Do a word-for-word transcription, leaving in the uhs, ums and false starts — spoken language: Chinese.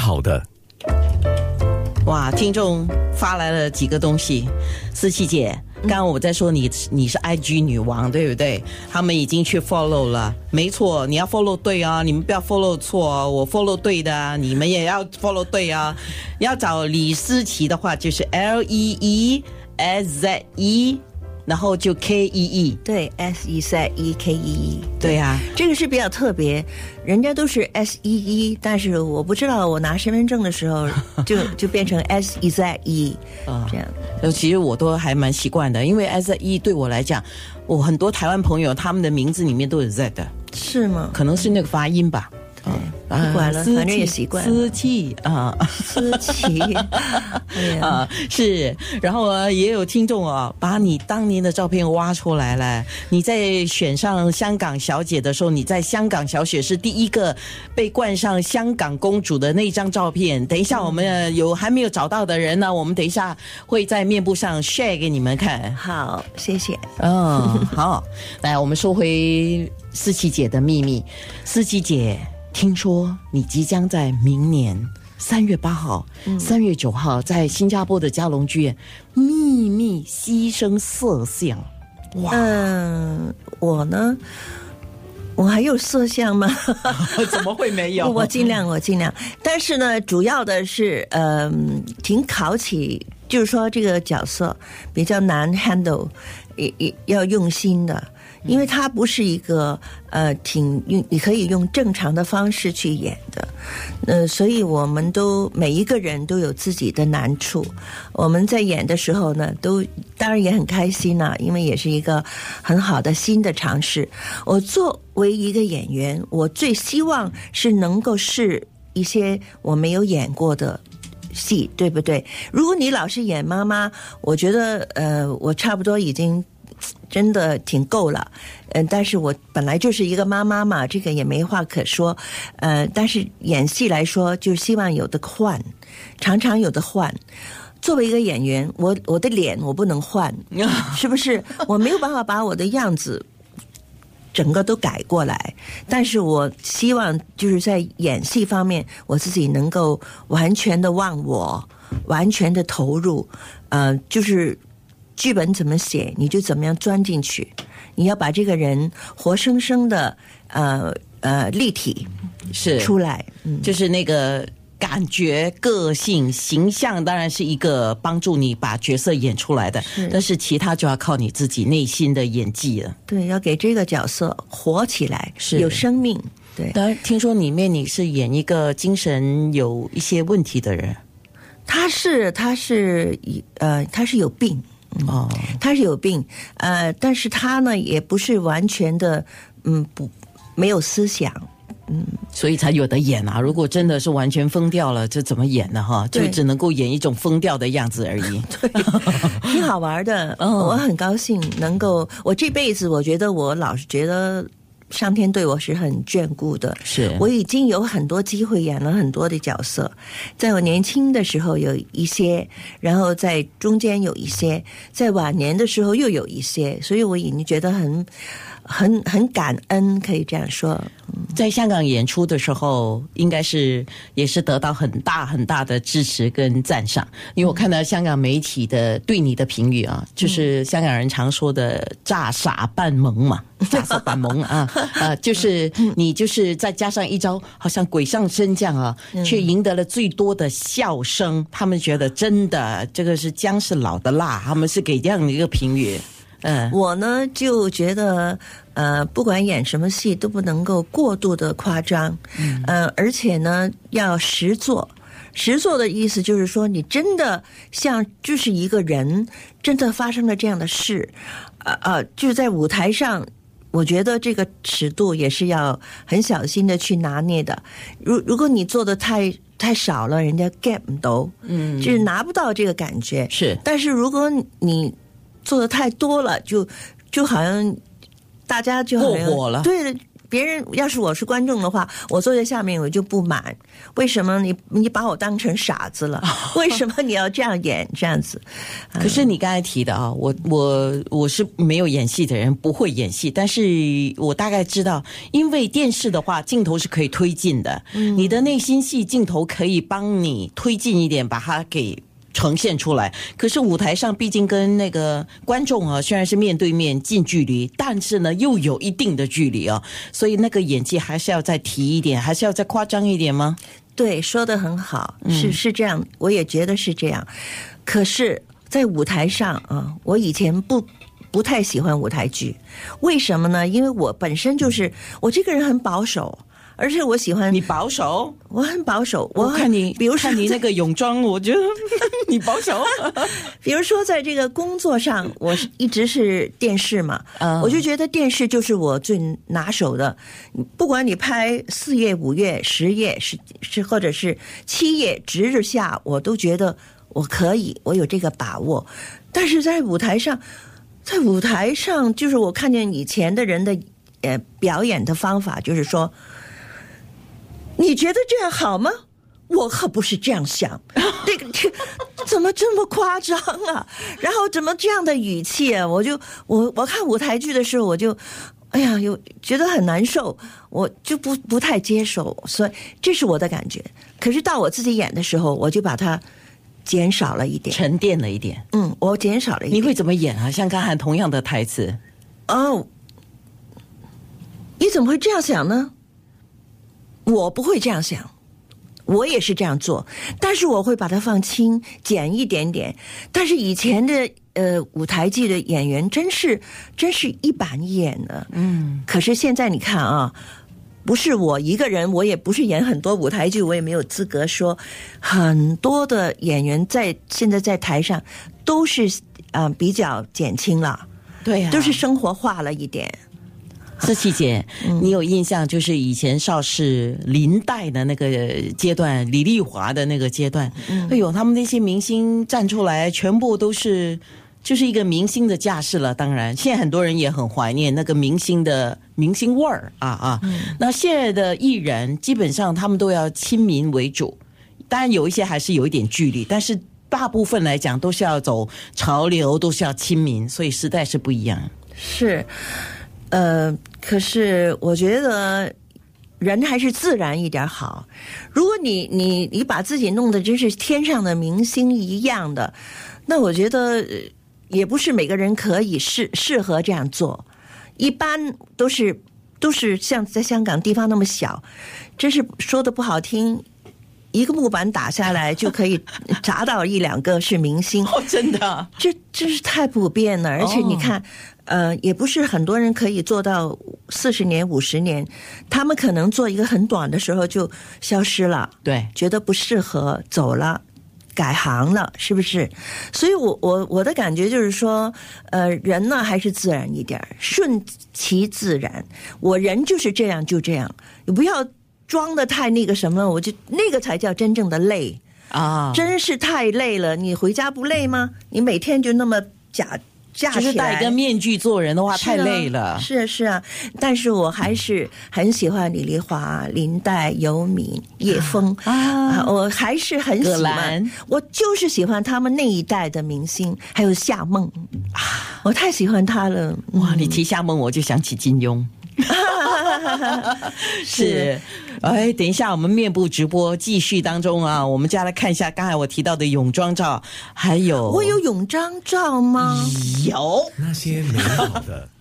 好的。 哇，听众发来了几个东西，思琪姐，刚刚我在说你你是 I G 女王，对不对？他们已经去 follow 了，没错，你要 follow 对啊，你们不要 follow 错哦，我 follow 对的啊，你们也要 follow 对啊。要找李思琪的话，就是 L E E S Z E。然后就 K E E， 对 S E Z E K E E， 对啊， 这个是比较特别，人家都是 S E E， 但是我不知道我拿身份证的时候就就变成 S E Z E 这样。 呃，其实我都还蛮习惯的，因为 S E 对我来讲，我很多台湾朋友他们的名字里面都有 Z 的， 是吗？ 可能是那个发音吧。 不管了，反正也习惯了。 思琪啊， 思琪啊，是。然后啊，也有听众啊，把你当年的照片挖出来了。你在选上香港小姐的时候，你在香港小姐是第一个被冠上香港公主的那张照片。等一下，我们有还没有找到的人呢，我们等一下会在面部上 share 给你们看。 好，谢谢。 嗯，好，来，我们说回思琪姐的秘密。思琪姐，听说你即将在明年三月八号、三月九号在新加坡的嘉隆剧院秘密牺牲色相。哇， 嗯，我呢，我还有色相吗？ 怎么会没有？ 我尽量，我尽量。但是呢，主要的是，嗯、呃，挺考起，就是说这个角色比较难 handle， 也也要用心的。因为它不是一个呃挺用你可以用正常的方式去演的，呃，所以我们都每一个人都有自己的难处。我们在演的时候呢，都当然也很开心啦、啊，因为也是一个很好的新的尝试。我作为一个演员，我最希望是能够试一些我没有演过的戏，对不对？如果你老是演妈妈，我觉得呃，我差不多已经。真的挺够了，嗯、呃，但是我本来就是一个妈妈嘛，这个也没话可说，呃，但是演戏来说，就希望有的换，常常有的换。作为一个演员，我我的脸我不能换，是不是？我没有办法把我的样子整个都改过来，但是我希望就是在演戏方面，我自己能够完全的忘我，完全的投入，呃，就是。剧本怎么写，你就怎么样钻进去。你要把这个人活生生的呃呃立体是出来， 嗯，就是那个感觉、个性、形象，当然是一个帮助你把角色演出来的，是但是其他就要靠你自己内心的演技了。 对，要给这个角色活起来，是有生命。对， 当然听说里面你是演一个精神有一些问题的人， 他是他是呃他是有病。哦，他是有病，呃，但是他呢也不是完全的，嗯，不没有思想，嗯， 所以才有的演啊。如果真的是完全疯掉了，这怎么演呢？哈，就只能够演一种疯掉的样子而已。 对，挺好玩的。哦，我很高兴能够，我这辈子我觉得我老是觉得。上天对我是很眷顾的， 是我已经有很多机会演了很多的角色，在我年轻的时候有一些，然后在中间有一些，在晚年的时候又有一些，所以我已经觉得很很很感恩，可以这样说。 在香港演出的时候，应该是也是得到很大很大的支持跟赞赏，因为我看到香港媒体的对你的评语啊，就是香港人常说的诈傻扮萌嘛，诈傻扮萌啊，呃，就是你就是再加上一招好像鬼上身这样啊，却赢得了最多的笑声，他们觉得真的这个是姜是老的辣，他们是给这样的一个评语。 嗯，我呢就觉得，呃，不管演什么戏都不能够过度的夸张，嗯，呃，而且呢要实做。实做的意思就是说，你真的像就是一个人，真的发生了这样的事，呃呃，就是在舞台上，我觉得这个尺度也是要很小心的去拿捏的。如如果你做的太太少了，人家 get 不到，嗯，就是拿不到这个感觉。 是， 但是如果你做的太多了，就就好像大家就好像过火了， 对， 别人要是我是观众的话，我坐在下面我就不满，为什么你你把我当成傻子了？为什么你要这样演这样子？ 可是你刚才提的啊，我我我是没有演戏的人，不会演戏，但是我大概知道，因为电视的话镜头是可以推进的，嗯、你的内心戏镜头可以帮你推进一点，把它给呈现出来。可是舞台上毕竟跟那个观众啊，虽然是面对面近距离，但是呢又有一定的距离啊，所以那个演技还是要再提一点，还是要再夸张一点吗？ 对，说得很好，是是这样，我也觉得是这样。可是，在舞台上啊，我以前不不太喜欢舞台剧，为什么呢？因为我本身就是我这个人很保守。而且我喜欢你保守， 我很保守。我看你， 比如说看你那个泳装，我觉得你保守。 比如说在这个工作上，我是一直是电视嘛，嗯、我就觉得电视就是我最拿手的。不管你拍四页、五页、十页，是是或者是七页，直日下，我都觉得我可以，我有这个把握。但是在舞台上，在舞台上，就是我看见以前的人的呃表演的方法，就是说。你觉得这样好吗？我可不是这样想，这个这怎么这么夸张啊？然后怎么这样的语气啊？我就我我看舞台剧的时候，我就哎呀，有觉得很难受，我就不不太接受，所以这是我的感觉。可是到我自己演的时候，我就把它减少了一点， 沉淀了一点。 嗯，我减少了一点。 你会怎么演啊？像刚才同样的台词， 哦，你怎么会这样想呢？我不会这样想，我也是这样做，但是我会把它放轻，减一点点。但是以前的呃舞台剧的演员真是真是一板一眼的，嗯。可是现在你看啊，不是我一个人，我也不是演很多舞台剧，我也没有资格说。很多的演员在现在在台上都是啊、呃、比较减轻了， 对呀、啊， 都是生活化了一点。 思琪姐，嗯、你有印象就是以前邵氏林黛的那个阶段，李丽华的那个阶段，嗯、哎呦，他们那些明星站出来，全部都是就是一个明星的架势了。当然，现在很多人也很怀念那个明星的明星味儿啊啊。嗯、那现在的艺人基本上他们都要亲民为主，当然有一些还是有一点距离，但是大部分来讲都是要走潮流，都是要亲民，所以时代是不一样。 是。呃，可是我觉得人还是自然一点好。如果你你你把自己弄得真是天上的明星一样的，那我觉得也不是每个人可以适适合这样做。一般都是都是像在香港地方那么小，真是说的不好听。一个木板打下来就可以砸到一两个是明星， 哦，真的， 这真是太普遍了。而且你看，哦、呃，也不是很多人可以做到四十年、五十年，他们可能做一个很短的时候就消失了， 对， 觉得不适合走了，改行了，是不是？所以我我我的感觉就是说，呃，人呢还是自然一点，顺其自然。我人就是这样，就这样，你不要装的太那个什么，我就那个才叫真正的累啊！真是太累了，你回家不累吗？你每天就那么假架起来， 就是戴一个面具做人的话，太累了。 是啊，是啊，但是我还是很喜欢李丽华、林黛、尤敏、叶枫啊, 啊，我还是很喜欢，我就是喜欢他们那一代的明星，还有夏梦啊，我太喜欢他了。 哇，你提夏梦，我就想起金庸。是，哎，等一下，我们面部直播继续当中啊，我们就要来看一下刚才我提到的泳装照，还有我有泳装照吗？ 有那些美好的